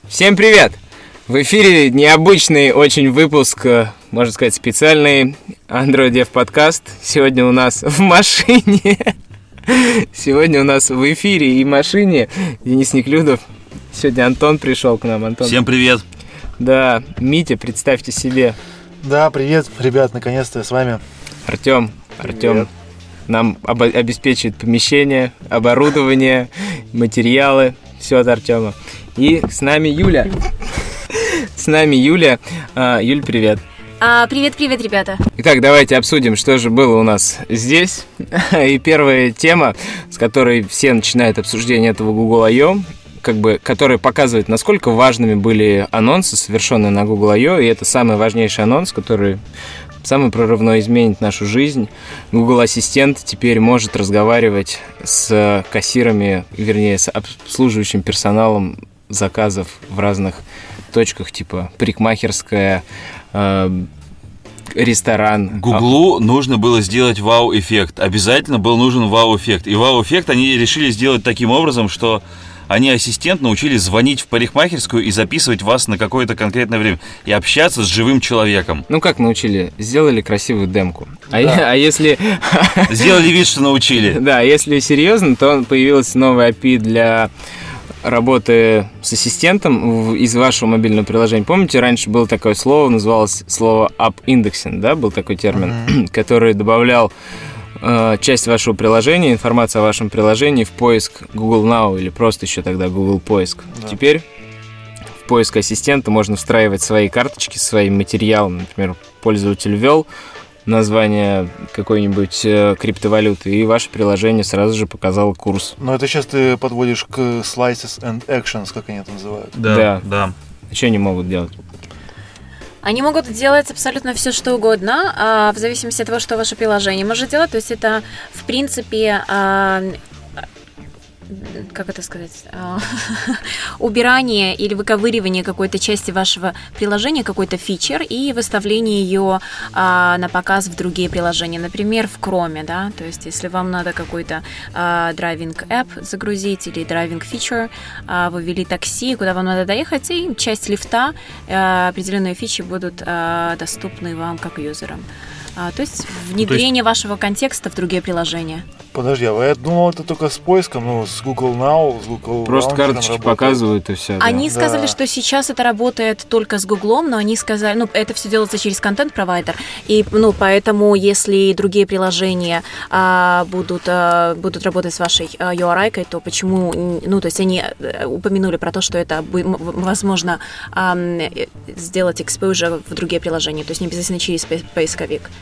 Всем привет! В эфире необычный очень выпуск, можно сказать, специальный Android Dev подкаст. Сегодня у нас в машине. Сегодня у нас в эфире и машине Денис Неклюдов. Сегодня Антон пришел к нам. Антон. Всем привет! Да, Митя, представьте себе. Да, привет, ребят, наконец-то я с вами. Артем нам обеспечивает помещение, оборудование, материалы. Все от Артема. И с нами Юля. Юль, привет. Привет, ребята. Итак, давайте обсудим, что же было у нас здесь. И первая тема, с которой все начинают обсуждение этого Google I.O., которая показывает, насколько важными были анонсы, совершенные на Google I.O., и это самый важнейший анонс, который самый прорывной изменит нашу жизнь. Google Ассистент теперь может разговаривать с кассирами, вернее, с обслуживающим персоналом заказов в разных точках, типа парикмахерская, ресторан. Гуглу нужно было сделать вау-эффект. Обязательно был нужен вау-эффект. И вау-эффект они решили сделать таким образом, что они ассистент научились звонить в парикмахерскую и записывать вас на какое-то конкретное время и общаться с живым человеком. Ну как научили? Сделали красивую демку. А если... Сделали вид, что научили. Да, если серьезно, то появилась новая API для работы с ассистентом из вашего мобильного приложения. Помните, раньше было такое слово, называлось слово up-indexing, да, был такой термин, который добавлял часть вашего приложения, информацию о вашем приложении в поиск Google Now или просто еще тогда Google Поиск. Да. Теперь в поиск ассистента можно встраивать свои карточки, своим материалом. Например, пользователь ввел название какой-нибудь криптовалюты, и ваше приложение сразу же показало курс. Но это сейчас ты подводишь к slices and actions, как они это называют. Да. А что они могут делать? Они могут делать абсолютно все, что угодно, в зависимости от того, что ваше приложение может делать. То есть это, в принципе, убирание или выковыривание какой-то части вашего приложения, какой-то фичер, и выставление ее на показ в другие приложения. Например, в Chrome, да, то есть если вам надо какой-то драйвинг app загрузить или драйвинг фичер, вы ввели такси, куда вам надо доехать, и часть лифта, определенные фичи будут доступны вам как юзерам. То есть внедрение вашего контекста в другие приложения. Подожди, я думал, это только с поиском, с Google Now, с Google Просто карточки показывают и все. Они сказали, что сейчас это работает только с Google, но они сказали, это все делается через контент-провайдер, и поэтому, если другие приложения будут работать с вашей URI-кой, то почему, то есть они упомянули про то, что это возможно сделать exposure в другие приложения, то есть не обязательно через поисковик.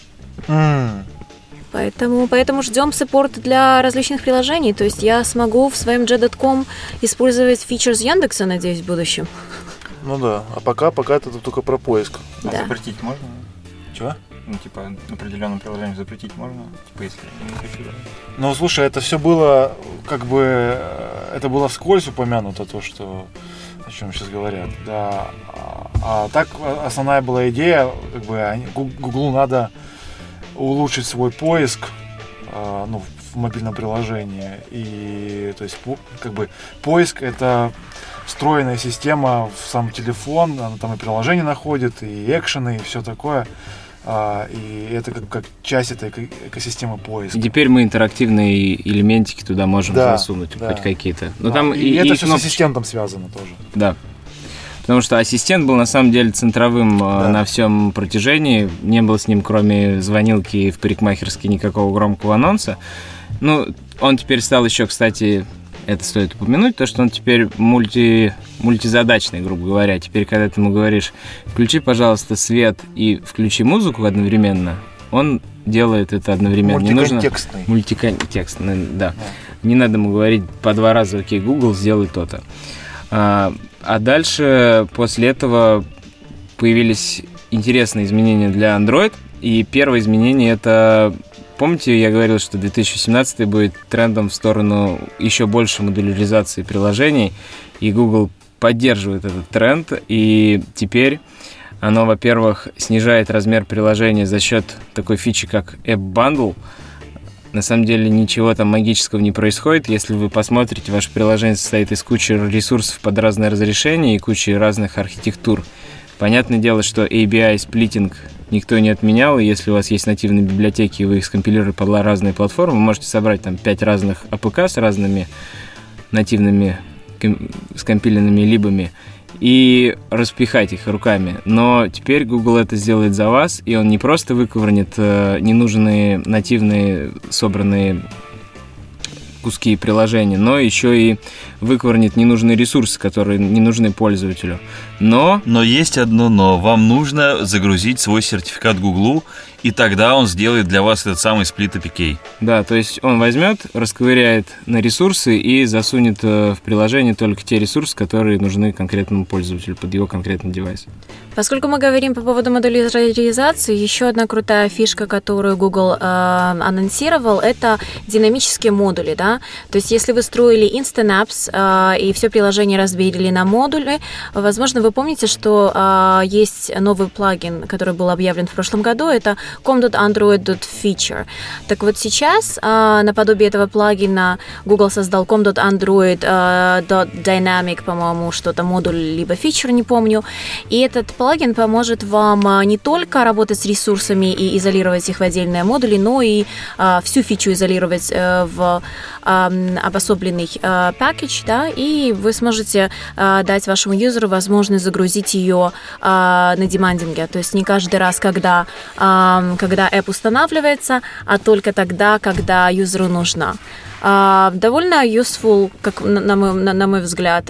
Поэтому ждем саппорт для различных приложений. То есть я смогу в своем J.com использовать фичерс Яндекса, надеюсь, в будущем. Ну да, а пока это только про поиск. А запретить можно? Чего? Определенным приложением запретить можно? Если не хочу. Слушай, это все было, это было вскользь упомянуто, то, что о чем сейчас говорят. Да. А так основная была идея, Гуглу надо улучшить свой поиск в мобильном приложении. И то есть поиск — это встроенная система в сам телефон, она там и приложение находит, и экшены, и все такое. И это как часть этой экосистемы поиска. И теперь мы интерактивные элементики туда можем засунуть, хоть какие-то. Но там и это все с ассистентом связано тоже. Да. Потому что ассистент был на самом деле центровым на всем протяжении. Не было с ним, кроме звонилки в парикмахерской, никакого громкого анонса. Он теперь стал еще, кстати, это стоит упомянуть, то, что он теперь мультизадачный, грубо говоря. Теперь, когда ты ему говоришь, включи, пожалуйста, свет и включи музыку одновременно, он делает это одновременно. Мультиконтекстный. Мультиконтекстный, да. Не надо ему говорить по 2 раза: окей, Google, сделай то-то. А дальше, после этого, появились интересные изменения для Android. И первое изменение — это... Помните, я говорил, что 2017 будет трендом в сторону еще большей модуляризации приложений. И Google поддерживает этот тренд. И теперь оно, во-первых, снижает размер приложения за счет такой фичи, как App Bundle. На самом деле ничего там магического не происходит. Если вы посмотрите, ваше приложение состоит из кучи ресурсов под разное разрешение и кучи разных архитектур. Понятное дело, что ABI-сплитинг никто не отменял, и если у вас есть нативные библиотеки, и вы их скомпилируете под разные платформы, вы можете собрать там 5 разных АПК с разными нативными скомпиленными либами и распихать их руками. Но теперь Google это сделает за вас, и он не просто выковырнет ненужные нативные собранные куски приложения, но еще и выковырнет ненужные ресурсы, которые не нужны пользователю. Но есть одно но. Вам нужно загрузить свой сертификат Гуглу, и тогда он сделает для вас этот самый сплит APK. Да, то есть он возьмет, расковыряет на ресурсы и засунет в приложение только те ресурсы, которые нужны конкретному пользователю под его конкретный девайс. Поскольку мы говорим по поводу модуляризации, еще одна крутая фишка, которую Google анонсировал, это динамические модули, да. То есть если вы строили Instant Apps и все приложение разбили на модули, возможно, вы помните, что есть новый плагин, который был объявлен в прошлом году, это com.android.feature. Так вот сейчас, наподобие этого плагина, Google создал com.android.dynamic, по-моему, что-то модуль, либо feature, не помню. И этот плагин поможет вам не только работать с ресурсами и изолировать их в отдельные модули, но и всю фичу изолировать в обособленный пакетч, да, и вы сможете дать вашему юзеру возможность загрузить ее на демандинге. То есть не каждый раз, когда app устанавливается, а только тогда, когда юзеру нужна. Довольно useful, как на мой взгляд,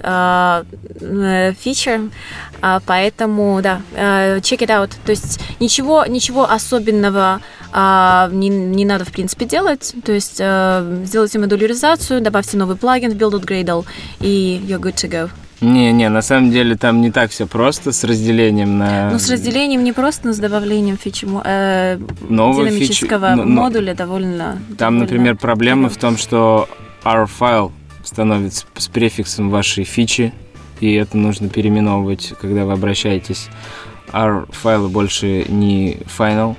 feature, поэтому, да, check it out. То есть ничего особенного не надо, в принципе, делать. То есть сделайте модуляризацию, добавьте новый плагин в Build.Gradle, и you're good to go. Не, на самом деле там не так все просто с разделением на... Ну, с разделением не просто, но с добавлением динамического модуля довольно... Там, например, проблема в том, что R-файл становится с префиксом вашей фичи, и это нужно переименовывать, когда вы обращаетесь. R-файлы больше не final.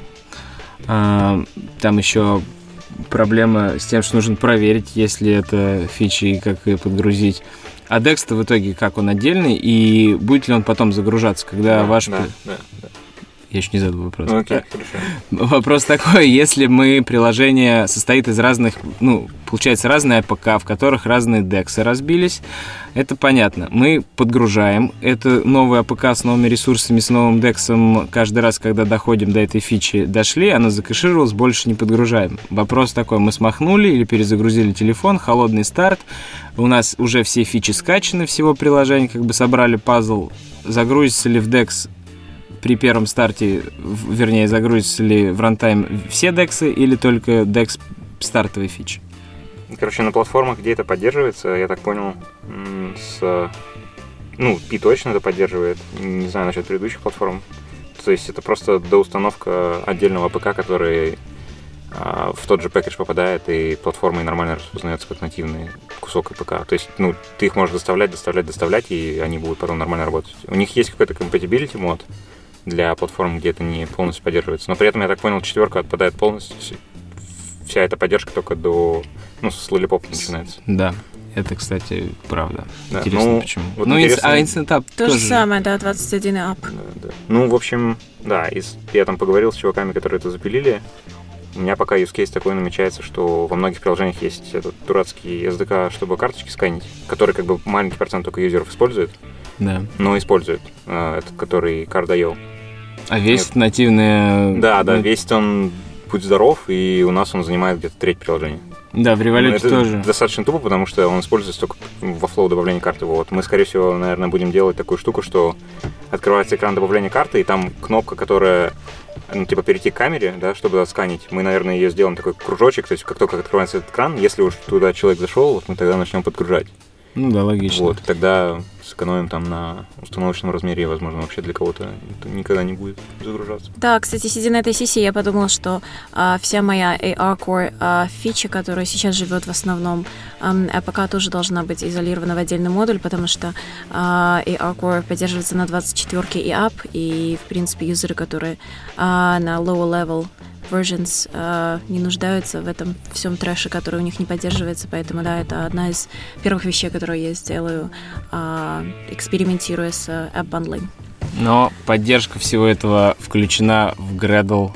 Там еще проблема с тем, что нужно проверить, если это фичи, и как ее подгрузить. А Dex-то в итоге как, он отдельный, и будет ли он потом загружаться, когда ваш... Да. Я еще не задал вопрос. Окей, хорошо. Вопрос такой, если приложение состоит из разных, получается, разные APK, в которых разные DEX разбились, это понятно. Мы подгружаем это новое APK с новыми ресурсами, с новым DEX каждый раз, когда доходим до этой фичи, дошли, оно закэшировалось, больше не подгружаем. Вопрос такой, мы смахнули или перезагрузили телефон, холодный старт, у нас уже все фичи скачаны всего приложения, как бы собрали пазл, загрузится ли в DEX при первом старте, вернее, загрузятся ли в рантайм все дексы или только DEX стартовой фичи? Короче, на платформах, где это поддерживается, я так понял, Pi точно это поддерживает, не знаю насчет предыдущих платформ. То есть это просто доустановка отдельного АПК, который в тот же пэкэдж попадает, и платформой нормально распознается как нативный кусок АПК. То есть, ты их можешь доставлять, и они будут потом нормально работать. У них есть какой-то compatibility мод для платформ, где это не полностью поддерживается. Но при этом, я так понял, 4 отпадает полностью. Вся эта поддержка только с лоллипопа начинается. Да, это, кстати, правда. Да, интересно, почему. Вот Instant App то же самое, да, 21 App. Да. В общем, да, я там поговорил с чуваками, которые это запилили. У меня пока use case такой намечается, что во многих приложениях есть этот дурацкий SDK, чтобы карточки сканить, который как бы маленький процент только юзеров использует. Да. Но использует этот, который Card.io. А весит нативные... Да, весит он, будь здоров, и у нас он занимает где-то треть приложения. Да, в Revolut тоже. Это достаточно тупо, потому что он используется только во флоу добавления карты. Вот. Мы, скорее всего, наверное, будем делать такую штуку, что открывается экран добавления карты, и там кнопка, которая, перейти к камере, да, чтобы отсканить. Мы, наверное, ее сделаем такой кружочек, то есть как только открывается этот экран, если уж туда человек зашел, мы тогда начнем подгружать. Да, логично. Вот, тогда сэкономим там на установочном размере, и, возможно, вообще для кого-то это никогда не будет загружаться. Да, кстати, сидя на этой сессии, я подумала, что вся моя AR Core фича, которая сейчас живет в основном APK, тоже должна быть изолирована в отдельный модуль, потому что AR Core поддерживается на 24-ке и up, и, в принципе, юзеры, которые на lower level versions не нуждаются в этом всем трэше, который у них не поддерживается, поэтому, да, это одна из первых вещей, которые я сделаю, экспериментируя с App Bundling. Но поддержка всего этого включена в Gradle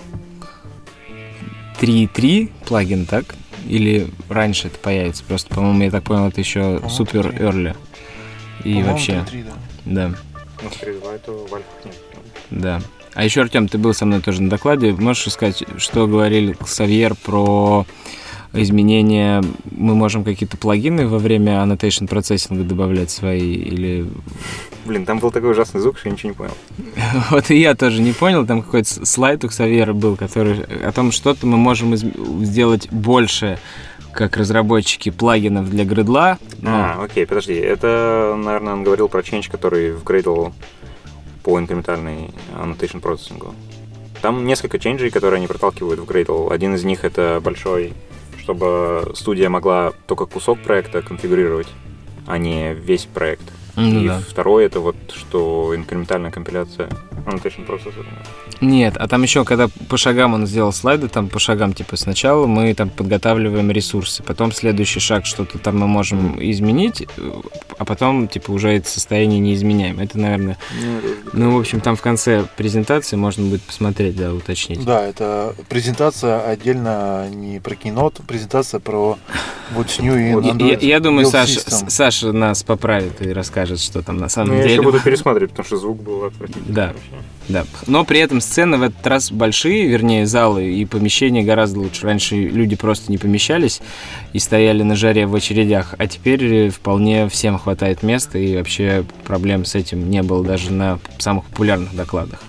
3.3 плагин, так? Или раньше это появится? Просто, по-моему, я так понял, это еще супер early. И По-моему, вообще... 3.3, да. Да, Ну, скорее, это в альфах нет. да. А еще, Артем, ты был со мной тоже на докладе. Можешь сказать, что говорил Ксавьер про изменения? Мы можем какие-то плагины во время annotation процессинга добавлять свои? Или... Блин, там был такой ужасный звук, что я ничего не понял. Вот и я тоже не понял. Там какой-то слайд у Ксавьера был, который о том, что-то мы можем сделать больше, как разработчики плагинов для Gradle. Окей, подожди. Это, наверное, он говорил про change, который в Gradle по инкрементальной annotation процессингу. Там несколько ченджей, которые они проталкивают в Gradle. Один из них — это большой, чтобы студия могла только кусок проекта конфигурировать, а не весь проект. И второй — это вот, что инкрементальная компиляция annotation процессора. Нет, а там еще, когда по шагам он сделал слайды, там по шагам, типа, сначала мы там подготавливаем ресурсы, потом следующий шаг, что-то там мы можем изменить, а потом, типа, уже это состояние не изменяем. Это, наверное... Ну, в общем, там в конце презентации можно будет посмотреть, да, уточнить. Да, это презентация отдельно не про Keynote, презентация про What's New in Android. Я думаю, Build System. Саша нас поправит и расскажет, что там на самом деле. Я еще буду пересматривать, потому что звук был отвратительный. Да. Да. Но при этом сцены в этот раз большие, вернее, залы и помещения гораздо лучше. Раньше люди просто не помещались и стояли на жаре в очередях, а теперь вполне всем хватает места, и вообще проблем с этим не было даже на самых популярных докладах.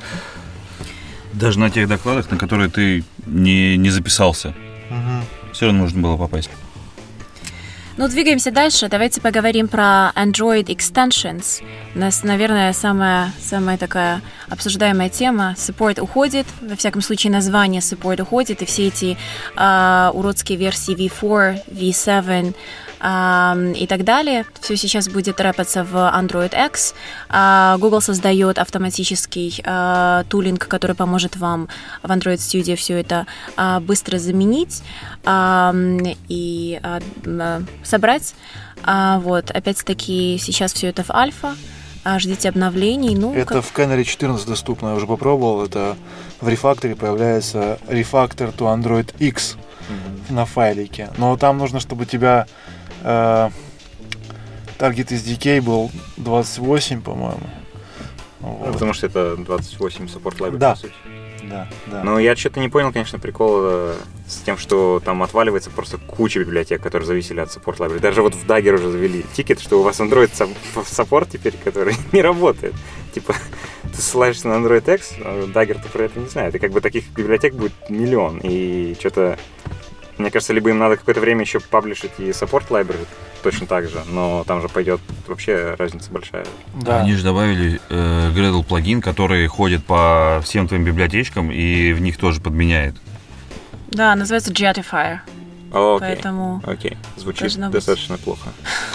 Даже на тех докладах, на которые ты не записался. Все равно нужно было попасть. Ну, двигаемся дальше. Давайте поговорим про Android Extensions. У нас, наверное, самая такая обсуждаемая тема. Support уходит. Во всяком случае, название Support уходит. И все эти уродские версии V4, V7 и так далее. Все сейчас будет рэпаться в Android X. Google создает автоматический тулинг, который поможет вам в Android Studio все это быстро заменить и собрать. Вот, опять-таки, сейчас все это в альфа. Ждите обновлений. Это в Canary 14 доступно, я уже попробовал. Это в рефакторе появляется Refactor to Android X на файлике. Но там нужно, чтобы у тебя Target SDK был 28, по-моему. Вот. Потому что это 28 Support Library, да. по сути. Да. Но я что-то не понял, конечно, прикол с тем, что там отваливается просто куча библиотек, которые зависели от Support Library. Даже вот в Dagger уже завели тикет, что у вас Android Support теперь, который не работает. Типа, ты ссылаешься на Android X, а Dagger-то про это не знает. И как бы таких библиотек будет миллион. И что-то... Мне кажется, либо им надо какое-то время еще паблишить и Support Library точно так же, но там же пойдет вообще разница большая. Да. Они же добавили Gradle плагин, который ходит по всем твоим библиотечкам и в них тоже подменяет. Да, называется Jetifier. Окей. Поэтому Окей. Звучит должно достаточно плохо.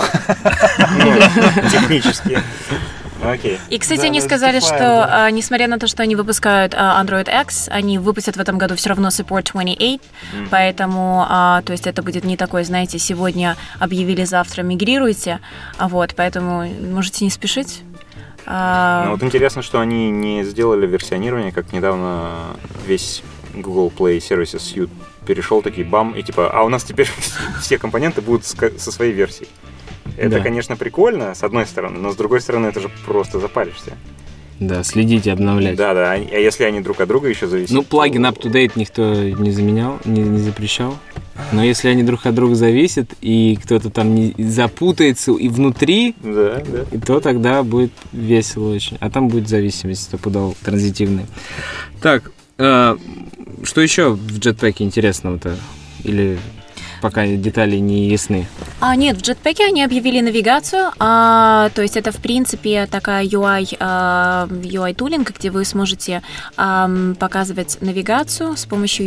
Технически. Окей. И, кстати, Да, они да, сказали, Jetifier, что да. несмотря на то, что они выпускают Android X, они выпустят в этом году все равно Support 28, поэтому, то есть это будет не такое, знаете, сегодня объявили, завтра мигрируйте, вот, поэтому можете не спешить. Ну вот интересно, что они не сделали версионирование, как недавно весь Google Play Services Suite перешел такие бам, и типа, а у нас теперь все компоненты будут со своей версией. Это, Да. конечно, прикольно, с одной стороны, но с другой стороны, это же просто запалишься. Да, следите, обновлять. Да, а если они друг от друга еще зависят? Ну, плагин up-to-date никто не заменял, не запрещал. Но если они друг от друга зависят, и кто-то там не запутается и внутри, Да. то тогда будет весело очень. А там будет зависимость стопудово транзитивная. Так, что еще в Jetpack интересного-то? Или пока детали не ясны? Нет, в Jetpack они объявили навигацию, то есть это, в принципе, такая UI-тулинг, где вы сможете показывать навигацию с помощью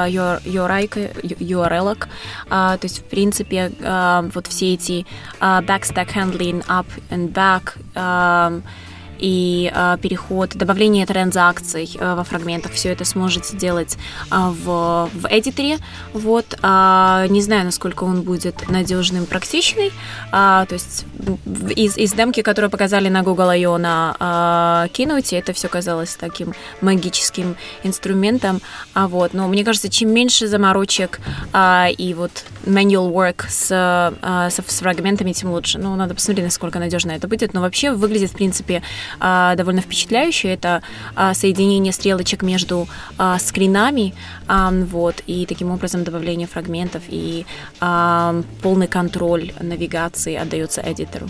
URL-ок. То есть, в принципе, вот все эти backstack handling, up and back, и переход, добавление транзакций во фрагментах, все это сможете делать в эдиторе. Вот. Не знаю, насколько он будет надежным, практичный. То есть из демки, которую показали на Google I.O. на Keynote, это все казалось таким магическим инструментом. Вот. Но мне кажется, чем меньше заморочек и вот manual work с фрагментами, тем лучше. Ну, надо посмотреть, насколько надежно это будет. Но вообще выглядит, в принципе, довольно впечатляюще. Это соединение стрелочек между скринами, вот, и таким образом добавление фрагментов и полный контроль навигации отдается эдитору.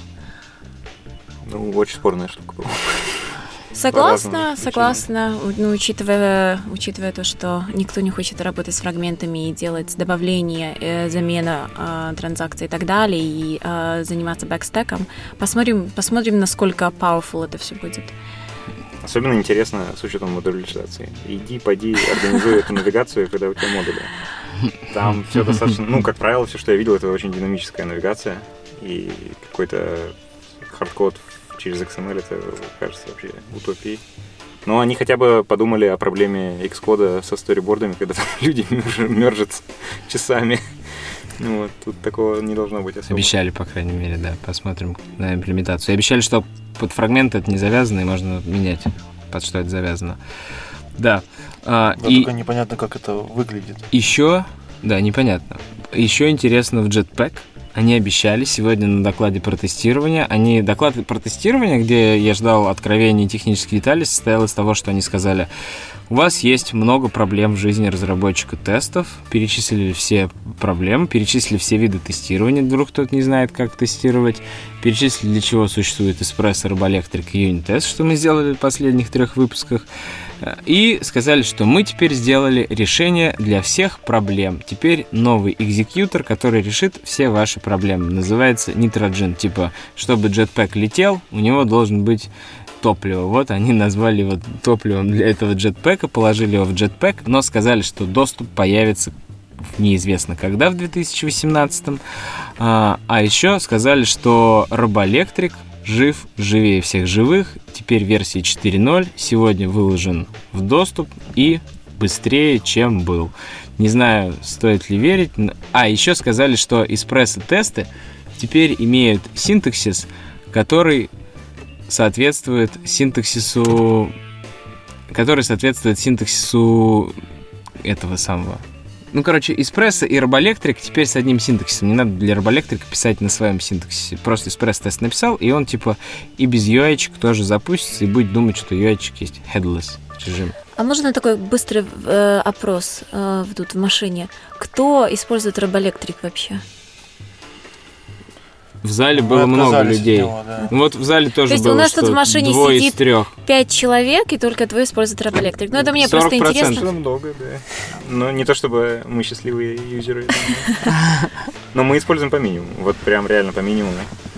Ну, очень спорная штука была. Согласна. Ну, учитывая то, что никто не хочет работать с фрагментами и делать добавление, замена транзакций и так далее, и заниматься бэкстеком, посмотрим, насколько powerful это все будет. Особенно интересно с учетом модуляризации. Поди, организуй эту навигацию, когда у тебя модули. Там все достаточно, ну, как правило, все, что я видел, это очень динамическая навигация, и какой-то хардкод через XML, это, кажется, вообще утопией. Но они хотя бы подумали о проблеме Xcode со сторибордами, когда там люди мержатся часами. Ну вот, тут такого не должно быть особо. Обещали, по крайней мере, да. Посмотрим на имплементацию. Обещали, что под фрагменты это не завязано, и можно менять, под что это завязано. Да. Только непонятно, как это выглядит. Еще, да, непонятно. Еще интересно в Jetpack. Они обещали сегодня на докладе про тестирование. Доклад про тестирование, где я ждал откровений и технических деталей, состоял из того, что они сказали: у вас есть много проблем в жизни разработчика тестов, перечислили все проблемы, перечислили все виды тестирования, вдруг кто-то не знает, как тестировать, перечислили, для чего существует Espresso, Robolectric и Unit-Test, что мы сделали в последних 3 выпусках, и сказали, что мы теперь сделали решение для всех проблем. Теперь новый экзекьютор, который решит все ваши проблемы. Называется Nitrogen. Типа, чтобы Jetpack летел, у него должен быть топливо. Вот они назвали его топливом для этого Jetpack, положили его в Jetpack, но сказали, что доступ появится неизвестно когда, в 2018. А еще сказали, что Robolectric жив, живее всех живых, теперь версии 4.0, сегодня выложен в доступ и быстрее, чем был. Не знаю, стоит ли верить. Еще сказали, что Espresso-тесты теперь имеют синтаксис, который соответствует синтаксису этого самого. Ну, короче, Espresso и Robolectric теперь с одним синтаксисом. Не надо для Robolectric писать на своем синтаксисе. Просто Espresso-тест написал, и он типа и без UI-чик тоже запустится, и будет думать, что UI-чик есть headless режим. А можно такой быстрый опрос тут в машине? Кто использует Robolectric вообще? В зале было много людей. Него, да. Вот в зале тоже То есть было, у нас что тут в машине 2 из сидит 3. 5 человек, и только 2 используют Robolectric. Ну, это мне просто 40%. интересно. Это много, да. Но не то, чтобы мы счастливые юзеры. Но мы используем по минимуму. Вот прям реально по минимуму.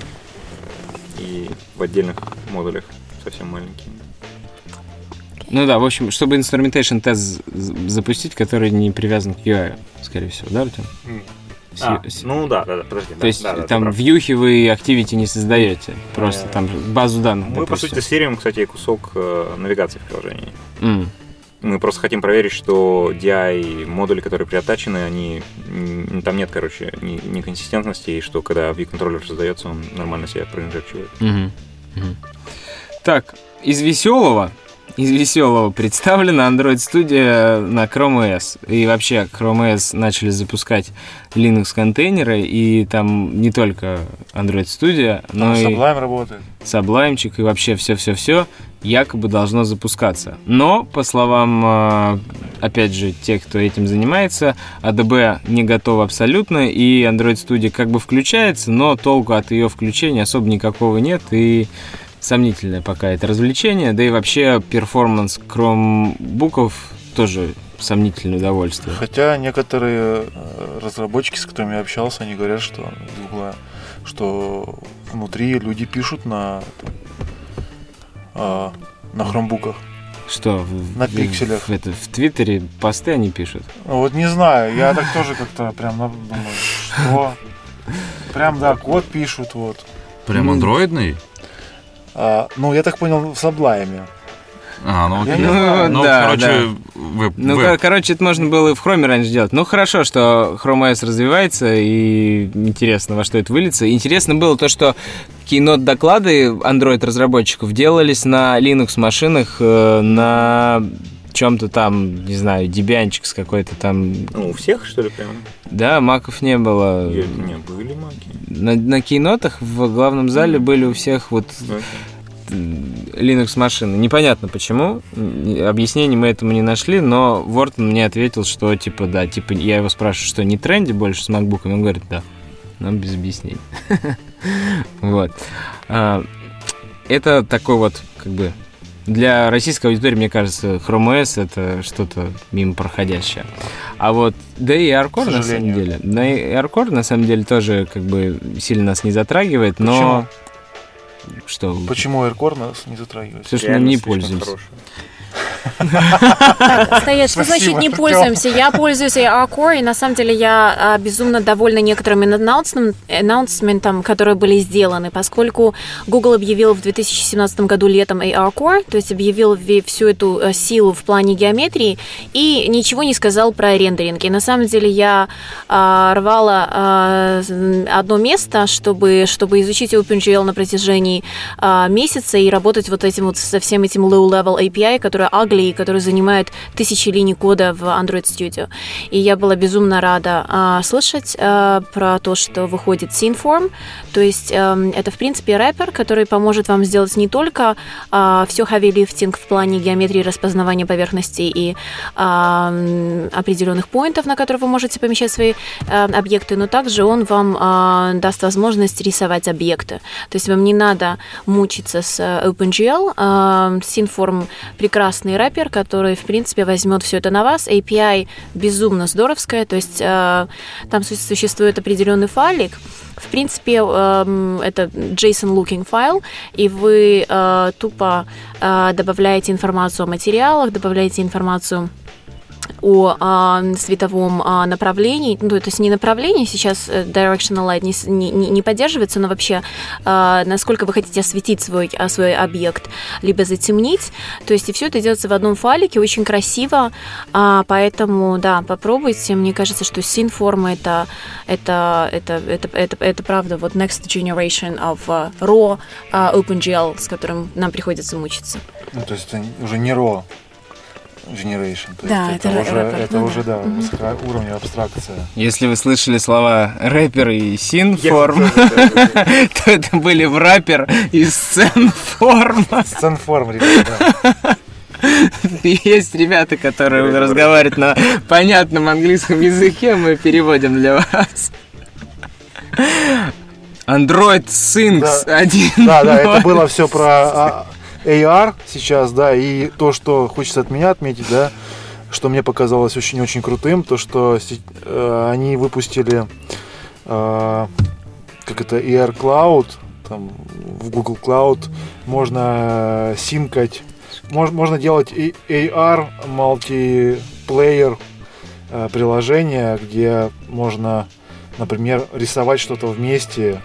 И в отдельных модулях совсем маленькие. Ну да, в общем, чтобы instrumentation тест запустить, который не привязан к UI, скорее всего, да, Артем? Ну да, подожди. То есть там вьюхи вы activity не создаете, просто там базу данных. Мы, по сути, тестируем, кстати, кусок навигации в приложении. Мы просто хотим проверить, что DI модули, которые приоттачены, там нет, короче, неконсистентности, и что когда view-контроллер создается, он нормально себя проинжекчивает. Так, из веселого представлена Android Studio на Chrome OS. И вообще Chrome OS начали запускать Linux-контейнеры, и там не только Android Studio, но и Sublime работает. Sublime'чик, и вообще все якобы должно запускаться. Но, по словам, опять же, тех, кто этим занимается, ADB не готова абсолютно, и Android Studio как бы включается, но толку от ее включения особо никакого нет, и сомнительное пока это развлечение, да и вообще перформанс Chromebook'ов тоже сомнительное удовольствие. Хотя некоторые разработчики, с которыми я общался, они говорят, что из Гугла, что внутри люди пишут на хромбуках. Что? На пикселях. В Твиттере посты они пишут? Ну, вот не знаю, я так тоже как-то прям думаю, что? Прям, да, код пишут, вот. Прям андроидный? Я так понял, в Sublime. Окей. Короче, это можно было и в Chrome раньше делать. Хорошо, что Chrome OS развивается, и интересно, во что это выльется. Интересно было то, что Keynote-доклады Android-разработчиков делались на Linux-машинах, на чем-то там, не знаю, Debianчик с какой-то там... У всех, что ли, прямо? Да, маков не было. Не, были маки. На кейнотах в главном зале были у всех Linux-машины. Непонятно почему. Объяснений мы этому не нашли, но Вортон мне ответил, что, я его спрашиваю, что не тренди больше с MacBook, он говорит, да. Но без объяснений. Вот. Это такой для российской аудитории, мне кажется, Chrome OS это что-то мимо проходящее. Да и AirCore, на самом деле. AirCore, на самом деле, тоже сильно нас не затрагивает, но... Что? Почему AirCore нас не затрагивает? Потому что мы не пользуемся. Стоять, что значит не пользуемся? Я пользуюсь AirCore, и на самом деле я безумно довольна некоторыми анонсментами, которые были сделаны, поскольку Google объявил в 2017 году летом AirCore, то есть объявил всю эту силу в плане геометрии и ничего не сказал про рендеринг. И на самом деле я рвала одно место, чтобы изучить OpenGL на протяжении месяца и работать со всем этим low-level API, который который занимает тысячи линий кода в Android Studio. И я была безумно рада слышать про то, что выходит Synform. То есть это, в принципе, рэпер, который поможет вам сделать не только все heavy lifting в плане геометрии, распознавания поверхностей и определенных поинтов, на которые вы можете помещать свои объекты, но также он вам даст возможность рисовать объекты. То есть вам не надо мучиться с OpenGL. Synform прекрасный рэпер, который, в принципе, возьмет все это на вас. API безумно здоровская, то есть там существует определенный файлик. В принципе, это JSON-looking файл, и вы тупо добавляете информацию о материалах, добавляете информацию о световом направлении, то есть не направлении, сейчас Directional Light не поддерживается, но вообще насколько вы хотите осветить свой объект, либо затемнить, то есть и все это делается в одном файлике, очень красиво, поэтому, да, попробуйте, мне кажется, что Synform это правда, next generation of raw OpenGL, с которым нам приходится мучиться. То есть это уже не raw Generation. То да, есть это уже высокоуровневая абстракция. Если вы слышали слова рэпер и Synform, то это были враппер и Scenform. Scenform, ребята, Есть ребята, которые разговаривают на понятном английском языке, мы переводим для вас. Android Syncs 1.0. Да, это было все про AR сейчас, да, и то, что хочется от меня отметить, да, что мне показалось очень-очень крутым, то, что они выпустили AR Cloud, там, в Google Cloud можно синкать, можно делать AR мультиплеер приложения, где можно, например, рисовать что-то вместе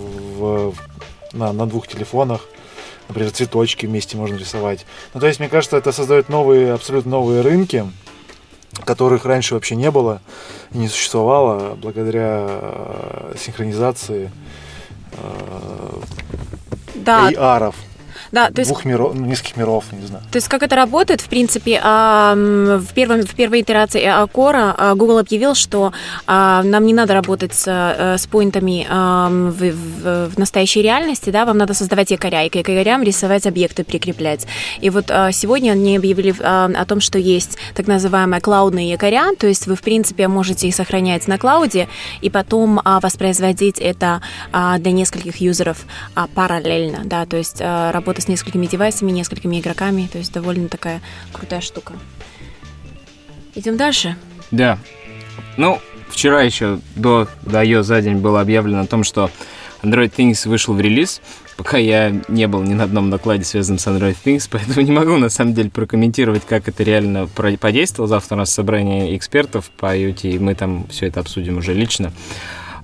на двух телефонах. Например, цветочки вместе можно рисовать. То есть, мне кажется, это создает абсолютно новые рынки, которых раньше вообще не было и не существовало благодаря синхронизации AR-ов. Да, то есть, нескольких миров, не знаю. То есть как это работает, в принципе, в первой итерации AirCore Google объявил, что нам не надо работать с поинтами в настоящей реальности, да, вам надо создавать якоря, и к якорям рисовать объекты, прикреплять. И сегодня они объявили о том, что есть так называемые клаудные якоря, то есть вы, в принципе, можете их сохранять на клауде и потом воспроизводить это для нескольких юзеров параллельно, да, то есть работа с несколькими девайсами, несколькими игроками, то есть довольно такая крутая штука. Идем дальше? Да. Вчера еще до iOS за день было объявлено о том, что Android Things вышел в релиз. Пока я не был ни на одном докладе, связанном с Android Things, поэтому не могу, на самом деле, прокомментировать, как это реально подействовало. Завтра у нас собрание экспертов по IoT, и мы там все это обсудим уже лично.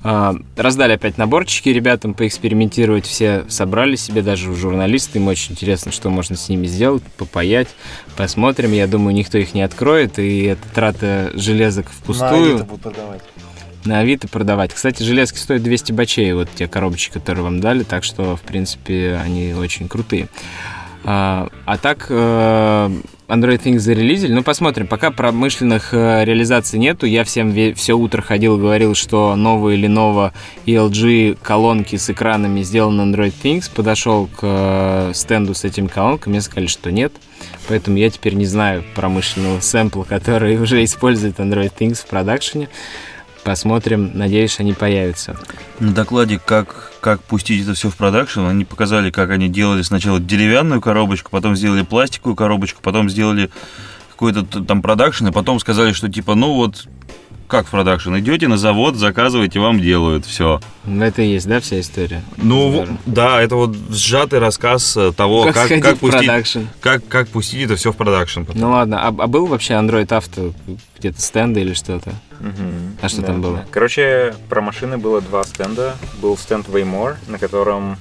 Раздали опять наборчики ребятам поэкспериментировать. Все собрали себе, даже журналисты. Им очень интересно, что можно с ними сделать, попаять. Посмотрим. Я думаю, никто их не откроет. И это трата железок впустую. На Авито будут продавать. На Авито продавать. Кстати, железки стоят 200 бачей, вот те коробочки, которые вам дали. Так что, в принципе, они очень крутые. А так, Android Things зарелизили. Ну, посмотрим. Пока промышленных реализаций нету. Я всем все утро ходил и говорил, что новые Lenovo и LG колонки с экранами сделаны на Android Things. Подошел к стенду с этими колонками, мне сказали, что нет. Поэтому я теперь не знаю промышленного сэмпла, который уже использует Android Things в продакшене. Посмотрим, надеюсь, они появятся. На докладе, как пустить это все в продакшн, они показали, как они делали сначала деревянную коробочку, потом сделали пластиковую коробочку, потом сделали какой-то там продакшн, и потом сказали, что типа, ну вот, как в продакшн, идете на завод, заказываете, вам делают, все. Это и есть, да, вся история? Ну, да, это вот сжатый рассказ того, как пустить это все в продакшн. Ну ладно, а был вообще Android Auto где-то стенды или что-то? А что там было? Короче, про машины было 2 стенда. Был стенд Waymore, на котором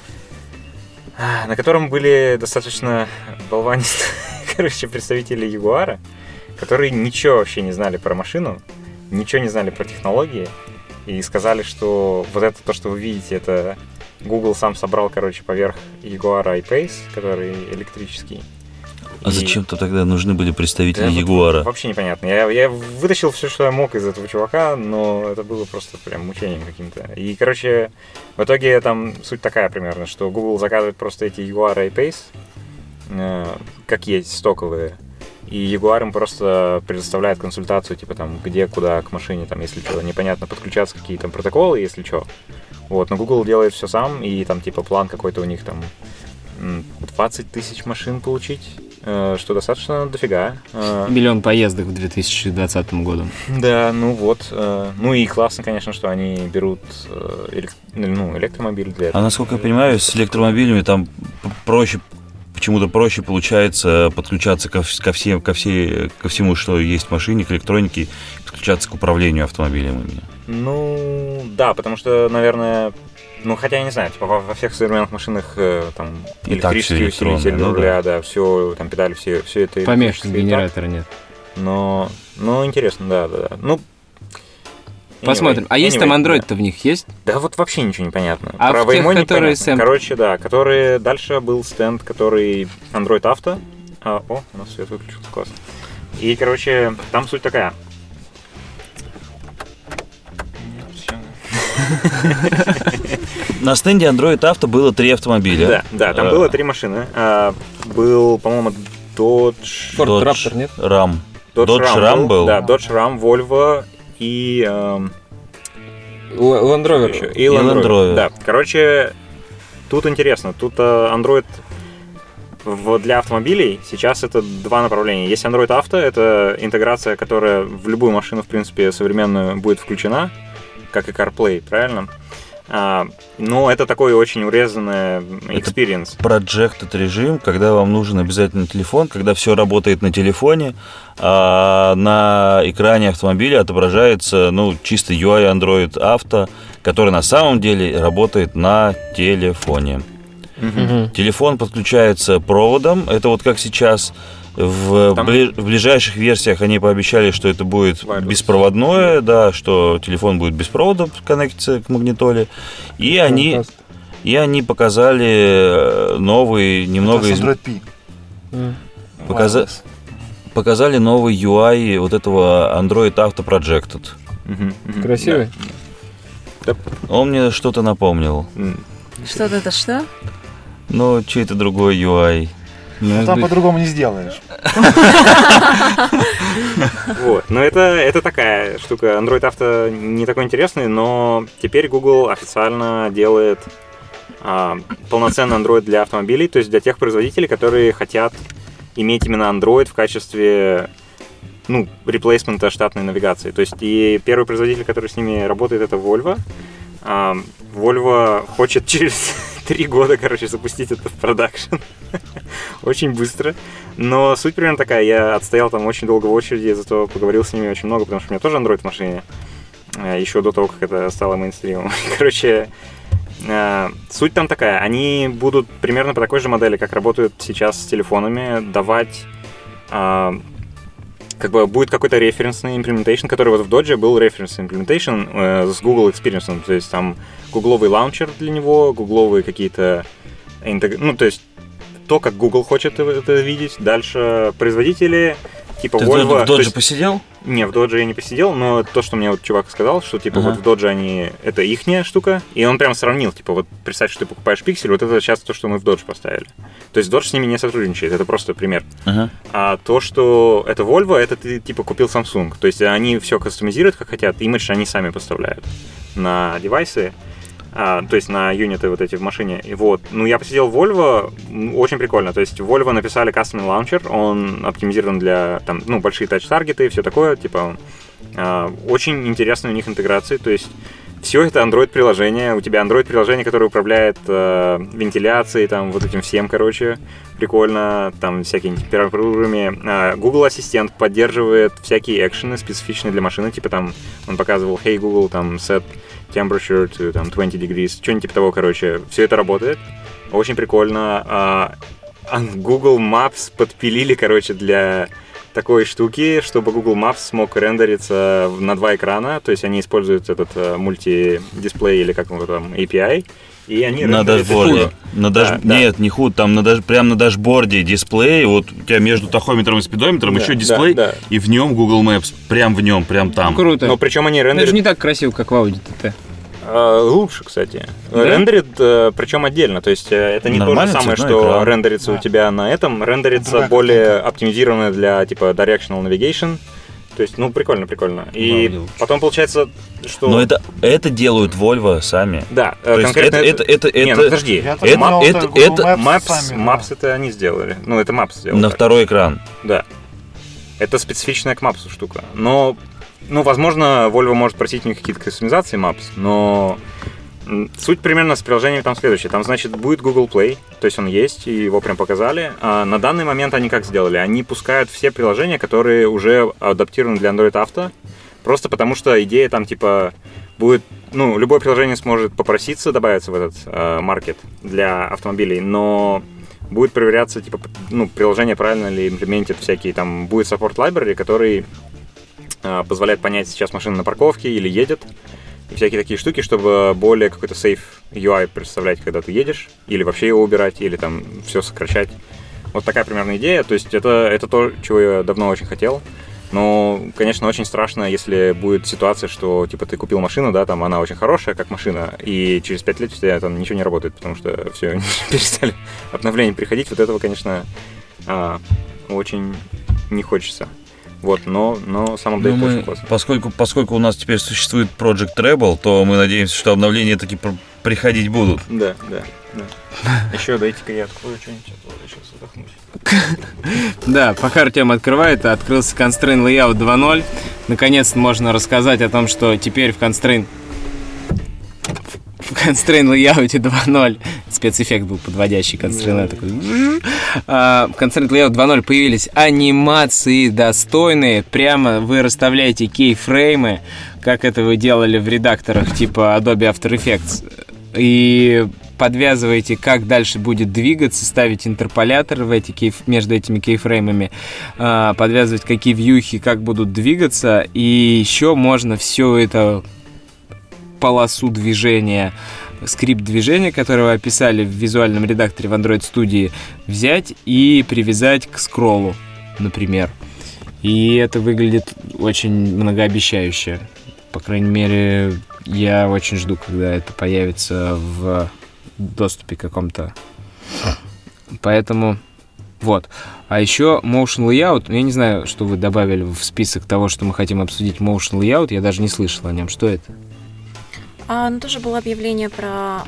были достаточно болванистые, представители Jaguar, которые ничего вообще не знали про машину, ничего не знали про технологии, и сказали, что вот это то, что вы видите, это Google сам собрал, поверх Jaguar I-Pace, который электрический. А зачем-то тогда нужны были представители да, Ягуара? Вообще непонятно. Я вытащил все, что я мог из этого чувака, но это было просто прям мучением каким-то. И, в итоге там суть такая примерно, что Google заказывает просто эти Jaguar I-Pace, как есть, стоковые, и Jaguar им просто предоставляет консультацию, типа там, где, куда к машине, там, если что, непонятно, подключаться, какие там протоколы, если что. Вот, но Google делает все сам, и там, типа, план какой-то у них там 20 тысяч машин получить, что достаточно дофига. 1 миллион поездок в 2020 году. Да, ну вот. Ну и классно, конечно, что они берут электромобиль для этого. А насколько я понимаю, с электромобилями там почему-то проще получается подключаться ко всему, что есть в машине, к электронике, подключаться к управлению автомобилем именно. Ну, да, потому что, наверное, хотя я не знаю, типа во всех современных машинах там электрический усилитель руля, да, все, там педали, все это. Помех генератора нет. Но интересно, да. Ну, посмотрим. А есть там Android-то в них есть? Да, вот вообще ничего не понятно. А про в тех, которые которые дальше был стенд, который Android Auto. У нас свет выключился, классно. И, там суть такая. На стенде Android Auto было 3 автомобиля. Да, там было 3 машины. Был, по-моему, Dodge Raptor, нет? Ram. Dodge Ram был. Да, Dodge Ram, Volvo и Land Rover. И Land Rover. Да, тут интересно. Тут Android для автомобилей сейчас это 2 направления. Есть Android Auto, это интеграция, которая в любую машину, в принципе, современную будет включена, как и CarPlay, правильно? Но это такой очень урезанный experience. Projected режим, когда вам нужен обязательно телефон, когда все работает на телефоне, а на экране автомобиля отображается чисто UI Android Auto, который на самом деле работает на телефоне. Телефон подключается проводом, это вот как сейчас. В ближайших версиях они пообещали, что это будет беспроводное, да, что телефон будет без провода коннектиться к магнитоле. И они показали новый, немного показали новый UI вот этого Android Auto Projected. Красивый? Да. Он мне что-то напомнил. Что-то это что? Чей-то другой UI. Там по-другому не сделаешь. Вот. Но это такая штука. Android Auto не такой интересный, но теперь Google официально делает полноценный Android для автомобилей, то есть для тех производителей, которые хотят иметь именно Android в качестве реплейсмента штатной навигации. То есть и первый производитель, который с ними работает, это Volvo. Volvo хочет через 3 года, запустить это в продакшн. Очень быстро. Но суть примерно такая. Я отстоял там очень долго в очереди, зато поговорил с ними очень много, потому что у меня тоже Android в машине. еще до того, как это стало мейнстримом. Короче, суть там такая. Они будут примерно по такой же модели, как работают сейчас с телефонами, давать... Как бы будет какой-то референсный implementation, который вот в Dodge был референсный implementation с Google Experience. То есть там гугловый лаунчер для него, гугловые какие-то... Ну, то есть то, как Google хочет это видеть. Дальше производители, типа Ты Volvo... в Dodge посидел? Не, в Dodge я не посидел, но то, что мне вот чувак сказал, что типа вот в Dodge они... Это ихняя штука, и он прям сравнил, типа вот представь, что ты покупаешь пиксель, вот это сейчас то, что мы в Dodge поставили. То есть Dodge с ними не сотрудничает, это просто пример. А то, что это Volvo, это ты типа купил Samsung. То есть они все кастомизируют, как хотят, имидж они сами поставляют на девайсы. То есть на юниты вот эти в машине. И вот, ну, я посидел в Volvo, очень прикольно. То есть в Volvo написали custom launcher, он оптимизирован для, там, ну, большие тач-таргеты и все такое, типа, очень интересные у них интеграции, то есть все это Android-приложение, у тебя Android-приложение, которое управляет вентиляцией, там, вот этим всем, короче, прикольно, там, всякими температурами. Google Ассистент поддерживает всякие экшены, специфичные для машины, типа, там, он показывал, hey, Google, там, set temperature to, там, 20 degrees, что-нибудь типа того, короче, все это работает, очень прикольно. Google Maps подпилили, короче, для такой штуки, чтобы Google Maps смог рендериться на 2 экрана, то есть они используют этот мульти-дисплей или как он там, API, и они на дашборде. Нет, не худ, там прямо на дашборде дисплей, вот у тебя между тахометром и спидометром еще дисплей, и в нем Google Maps, прям в нем, прям там. Круто. Но причем они рендерят... Это же не так красиво, как в Audi TT. Лучше, кстати. Да? Рендерит, причем отдельно. То есть это не то же самое, что экран рендерится у тебя на этом. Рендерится более оптимизированное для типа directional navigation. То есть, ну, прикольно. И потом получается, что... Но это делают Volvo сами. Да, конкретно это... Не, ну подожди. Maps это они сделали. Ну, это Maps сделал. На второй экран. Да. Это специфичная к Maps штука. Но... Ну, возможно, Volvo может просить у них какие-то кастомизации Maps, но суть примерно с приложением там следующая. Там, значит, будет Google Play, то есть он есть, и его прям показали. А на данный момент они как сделали? Они пускают все приложения, которые уже адаптированы для Android Auto, просто потому что идея там, типа, будет... Ну, любое приложение сможет попроситься добавиться в этот маркет для автомобилей, но будет проверяться, типа, ну, приложение правильно ли имплементит всякие, там, будет support library, который... позволяет понять, сейчас машина на парковке или едет, и всякие такие штуки, чтобы более какой-то safe UI представлять, когда ты едешь, или вообще его убирать, или там все сокращать. Вот такая примерно идея, то есть это то, чего я давно очень хотел, но, конечно, очень страшно, если будет ситуация, что, типа, ты купил машину, да, там она очень хорошая, как машина, и через 5 лет у тебя там ничего не работает, потому что все, перестали обновления приходить, вот этого, конечно, очень не хочется. Вот, но сам апдейт очень классный. Поскольку у нас теперь существует Project Treble, то мы надеемся, что обновления таки приходить будут. Да. Еще дайте-ка я открою что-нибудь, а то сейчас задохнусь. Да, пока Артем открывает, открылся Constraint Layout 2.0. Наконец-то можно рассказать о том, что теперь в Constraint Layout 2.0 спецэффект был подводящий, Constraint такой. В Constraint Layout 2.0 появились анимации достойные. Прямо вы расставляете кейфреймы, как это вы делали в редакторах типа Adobe After Effects, и подвязываете, как дальше будет двигаться, ставить интерполятор в эти между этими кейфреймами, подвязывать, какие вьюхи, как будут двигаться, и еще можно все это полосу движения, скрипт движения, который вы описали в визуальном редакторе в Android Studio, взять и привязать к скроллу, например. И это выглядит очень многообещающе. По крайней мере, я очень жду, когда это появится в доступе каком-то. Поэтому вот. А еще Motion Layout. Я не знаю, что вы добавили в список того, что мы хотим обсудить. Motion Layout. Я даже не слышал о нем. Что это? Ну, тоже было объявление про...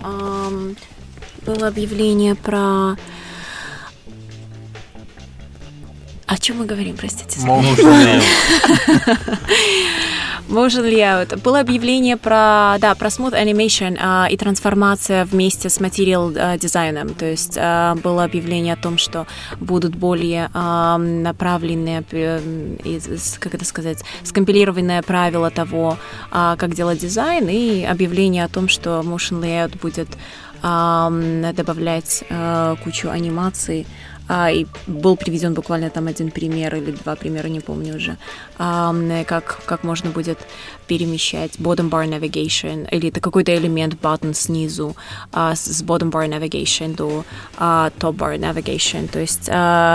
О чем мы говорим, простите? Motion Layout. Было объявление про Smooth Animation и трансформация вместе с Material дизайном. То есть было объявление о том, что будут более направленные, как это сказать, скомпилированные правила того, как делать дизайн, и объявление о том, что Motion Layout будет добавлять кучу анимаций. И был приведен буквально там один пример или два примера, не помню уже, как можно будет перемещать bottom bar navigation или это какой-то элемент button снизу с bottom bar navigation до top bar navigation. То есть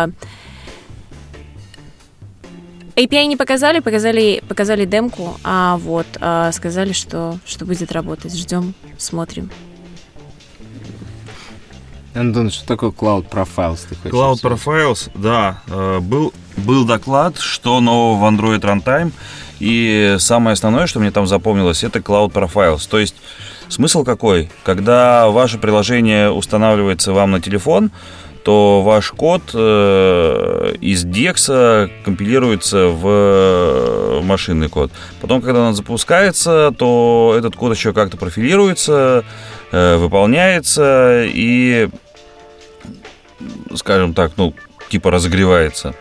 API не показали демку, сказали, что будет работать. Ждем, смотрим. Антон, что такое Cloud Profiles? Cloud Profiles, да, был доклад, что нового в Android Runtime, и самое основное, что мне там запомнилось, это Cloud Profiles. То есть смысл какой? Когда ваше приложение устанавливается вам на телефон, то ваш код из DEX компилируется в машинный код. Потом, когда он запускается, то этот код еще как-то профилируется, выполняется и, скажем так, разогревается.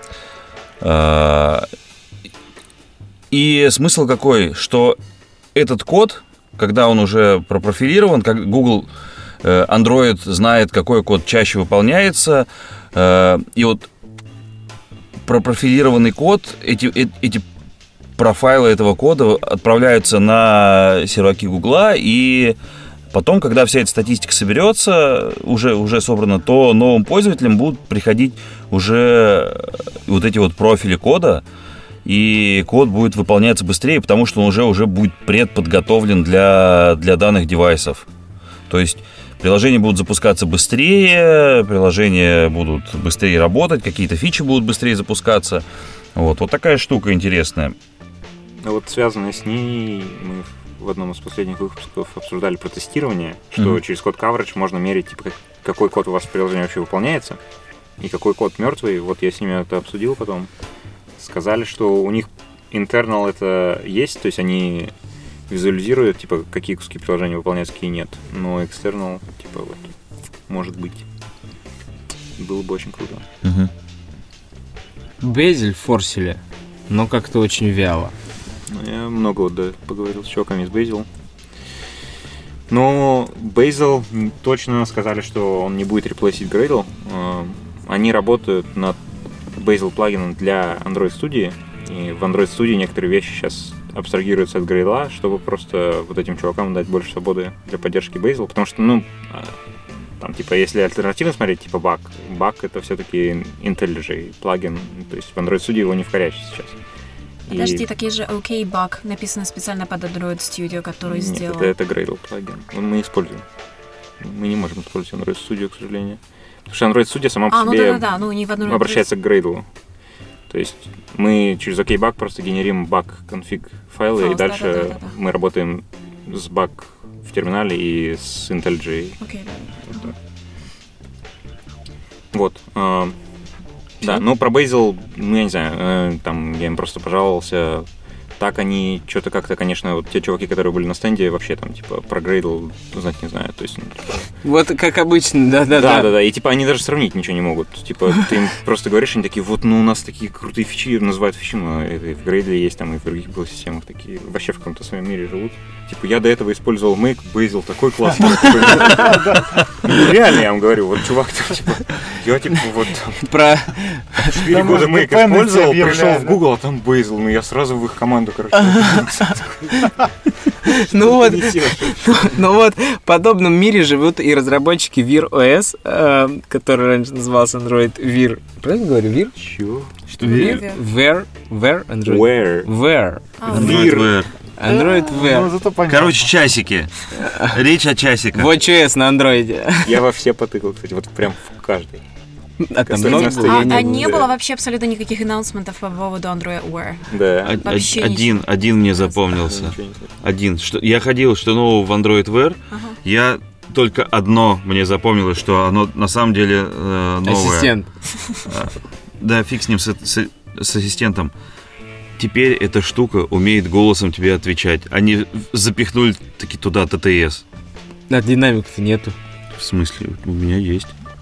И смысл какой? Что этот код, когда он уже пропрофилирован, как Google, Android знает, какой код чаще выполняется, и вот пропрофилированный код, эти профайлы этого кода отправляются на серваки Гугла, и потом, когда вся эта статистика соберется, уже собрана, то новым пользователям будут приходить уже вот эти вот профили кода, и код будет выполняться быстрее, потому что он уже будет предподготовлен для данных девайсов. То есть приложения будут запускаться быстрее, приложения будут быстрее работать, какие-то фичи будут быстрее запускаться. Вот такая штука интересная. Вот связанная с ней, мы в одном из последних выпусков обсуждали про тестирование, что через код coverage можно мерить, какой код у вас в приложении вообще выполняется, и какой код мертвый. Вот я с ними это обсудил потом. Сказали, что у них internal это есть, то есть они визуализируют, какие куски приложения выполняются, какие нет. Но external, может быть. Было бы очень круто. Bazel форсили, но как-то очень вяло. Я много поговорил с чуваками из Bazel. Но Bazel точно сказали, что он не будет реплейсить Gradle. Они работают над Bazel плагином для Android Studio. И в Android Studio некоторые вещи сейчас абстрагируются от Gradle, чтобы просто вот этим чувакам дать больше свободы для поддержки Bazel. Потому что, там, если альтернативно смотреть, Bug это все-таки IntelliJ плагин. То есть в Android Studio его не вкорячить сейчас. Подожди, такие же OK-Bug написано специально под Android Studio, который сделал. Нет, это Gradle плагин. Мы используем. Мы не можем использовать Android Studio, к сожалению. Потому что Android Studio сама по себе не в одном обращается к Gradle. То есть мы через OK-Bug просто генерим баг-конфиг файлы, и дальше мы работаем с баг в терминале и с IntelliJ. Вот. Да, но про Bazel, я не знаю, там я им просто пожаловался. Так они что-то как-то, конечно, вот те чуваки, которые были на стенде, вообще там, про Gradle знать не знаю. То есть, вот как обычно, да. Да, и они даже сравнить ничего не могут. Ты им просто говоришь, они такие, у нас такие крутые фичи, называют фичи, но это и в Gradle есть, там и в других системах такие, вообще в каком-то своем мире живут. Я до этого использовал Make, Bazel, такой классный. Реально, я вам говорю, вот чувак, я про 4 года Make использовал, пришел в Google, а там Bazel, я сразу в их команду, Ну вот, в подобном мире живут и разработчики Wear OS, который раньше назывался Android Wear. Правильно говорю, Wear? Чего? Что Wear? Android Wear. Android Wear. Короче, часики. Речь о часиках. WatchOS на андроиде. Я во все потыкал, кстати, прям в каждый. А там много было? Не было вообще абсолютно никаких анонсментов по поводу Android Wear. Да. Один мне запомнился. Я ходил, что нового в Android Wear. Я только одно мне запомнилось, что оно на самом деле новое. Ассистент. Да, фиг с ним, с ассистентом. теперь эта штука умеет голосом тебе отвечать. Они запихнули таки туда ТТС. А динамика-то нету. В смысле? У меня есть.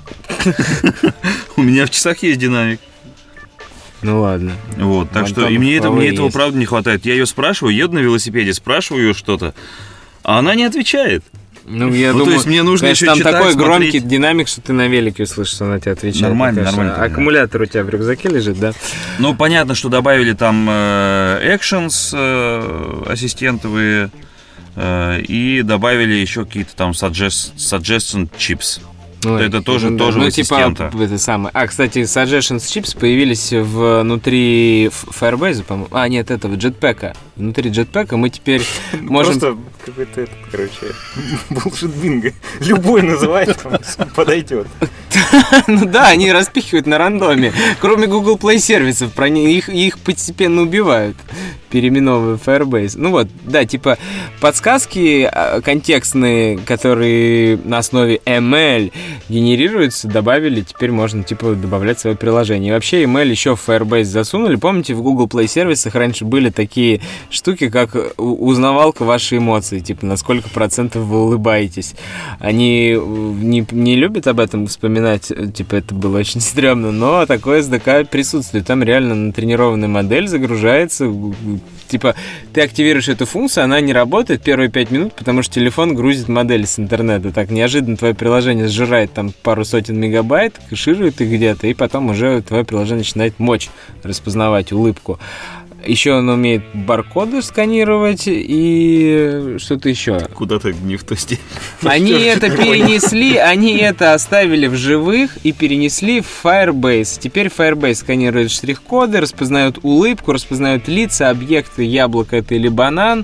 У меня в часах есть динамик. Ну ладно. Вот, так что и мне этого правда не хватает. Я ее спрашиваю, еду на велосипеде, спрашиваю ее что-то, а она не отвечает. Ну, я думаю, то есть мне нужно конечно, еще там читать, такой смотреть. громкий динамик, что ты на велике услышишь, что она тебе отвечает. Нормально, конечно. нормально. Аккумулятор у тебя в рюкзаке лежит, да? Ну, понятно, что добавили там actions ассистентовые и добавили еще какие-то там suggestion chips. Ну, это тоже ну, у ассистента. Типа, это самое. А, кстати, Suggestions Chips появились внутри Firebase, по-моему. А, нет, этого, Jetpack. Внутри Jetpack мы теперь можем... Просто какой-то, короче, bullshit bingo. Любой называет, подойдет. Ну да, они распихивают на рандоме. Кроме Google Play сервисов, про их постепенно убивают, переименовывая Firebase. Ну вот, да, типа подсказки контекстные, которые на основе ML генерируются, добавили, теперь можно типа добавлять в свое приложение. И вообще ML еще в Firebase засунули. Помните, в Google Play сервисах раньше были такие штуки, как узнавалка вашей эмоции, типа на сколько процентов вы улыбаетесь. Они не любят об этом вспоминать, типа это было очень стрёмно, но такое SDK присутствует. Там реально натренированная модель загружается, типа ты активируешь эту функцию, она не работает первые 5 минут, потому что телефон грузит модель с интернета. Так неожиданно твое приложение сжирает там пару сотен мегабайт, кэширует их где-то, и потом уже твое приложение начинает мочь распознавать улыбку. Еще он умеет баркоды сканировать и что-то еще. Куда-то не в то степень. Они это перенесли, они это оставили в живых и перенесли в Firebase. Теперь Firebase сканирует штрих-коды, распознает улыбку, распознает лица, объекты, яблоко это или банан,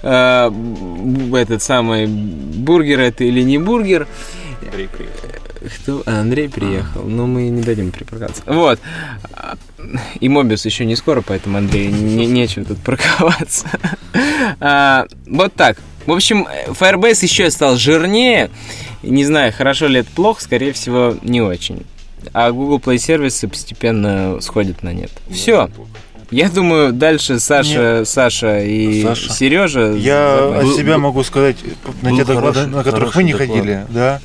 этот самый бургер это или не бургер. Андрей приехал. Кто? Андрей приехал. Но мы не дадим припарковаться. Вот. И Мобиус еще не скоро, поэтому, Андрей, нечего тут парковаться. Вот так. В общем, Firebase еще стал жирнее. Не знаю, хорошо ли это плохо, скорее всего, не очень. А Google Play сервисы постепенно сходят на нет. Все. Я думаю, дальше Саша и Сережа. Я от себя могу сказать, на те доклады, на которых вы не ходили, да.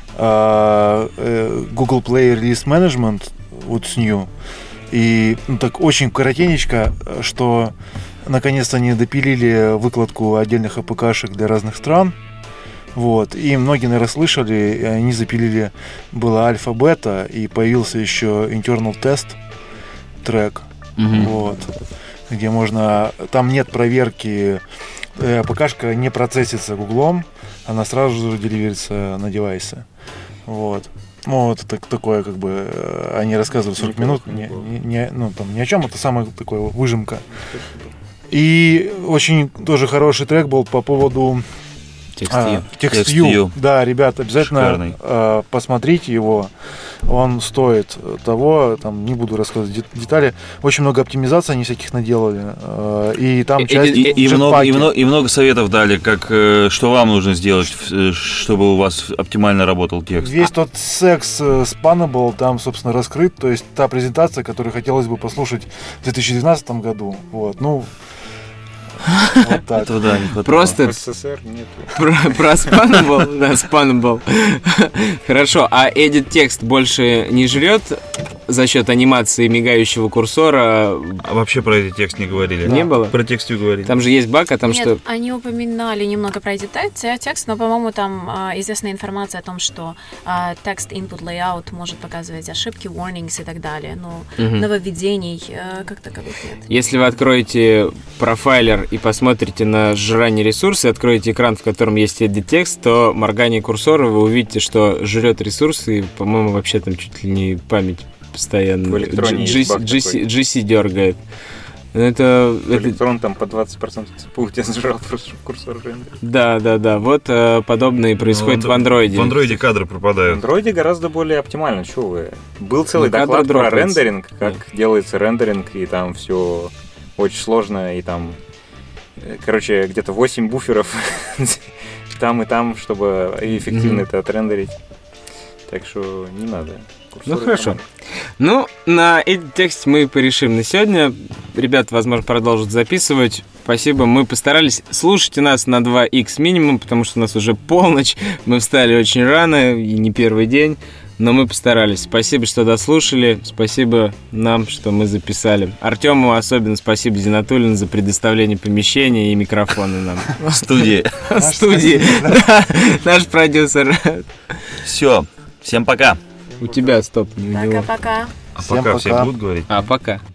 Google Play Release Management, вот с New. И так очень коротенечко, что наконец-то они допилили выкладку отдельных APK-шек для разных стран. Вот. И многие, наверное, слышали, они запилили, было альфа-бета, и появился еще internal test трек. Вот. Где можно... Там нет проверки, APK-шка не процессится Гуглом, она сразу же деливерится на девайсы. Вот. Ну, вот такое, как бы, они рассказывают 40 минут, ни о чем, это самая такая выжимка. И очень тоже хороший трек был по поводу TextView. Да, ребят, обязательно посмотрите его. Он стоит того, там не буду рассказывать детали. Очень много оптимизаций они всяких наделали. И там часть и много советов дали, как что вам нужно сделать, чтобы у вас оптимально работал текст. Весь тот секс Spannable там, собственно, раскрыт. То есть та презентация, которую хотелось бы послушать в 2012 году. Вот, ну. Вот так. Этого, да, не хватало. Просто СССР нет. Про Spannable, да, Spannable. Хорошо, а edit текст больше не жрет за счет анимации мигающего курсора? А вообще про этот текст не говорили? Не было? Про TextView говорили. Там же есть баг, а там Нет, что? они упоминали немного про edit текст, но, по-моему, там известная информация о том, что текст input layout может показывать ошибки, warnings и так далее. Но нововведений как таковых нет. Если вы откроете профайлер и посмотрите на сжирание ресурса, откроете экран, в котором есть edit текст, то моргание курсора вы увидите, что жрет ресурсы, и, по-моему, вообще там чуть ли не память постоянно. GC дергает. Это Электрон там по 20% ЦПУ тебя сжирал, просто чтобы курсор рендерить. Да. Вот подобное происходит в Андроиде. В Андроиде кадры пропадают. В Андроиде гораздо более оптимально. Чего вы? Был целый доклад про рендеринг, как делается рендеринг, и там все очень сложно, и там, короче, где-то 8 буферов там и там, чтобы эффективно это отрендерить. Так что не надо. Ну хорошо. Ну, на этот текст мы порешим на сегодня. ребята, возможно, продолжат записывать. Спасибо, мы постарались. Слушайте нас на 2х минимум, потому что у нас уже полночь. Мы встали очень рано, и не первый день, но мы постарались. Спасибо, что дослушали. Спасибо нам, что мы записали. Артему особенно спасибо, Зинатуллин, за предоставление помещения и микрофона нам. Студии. Студии. Да, наш продюсер. Все, всем пока. У тебя, стоп, не у него. Пока-пока. А Всем пока все пока. будут говорить? А, пока.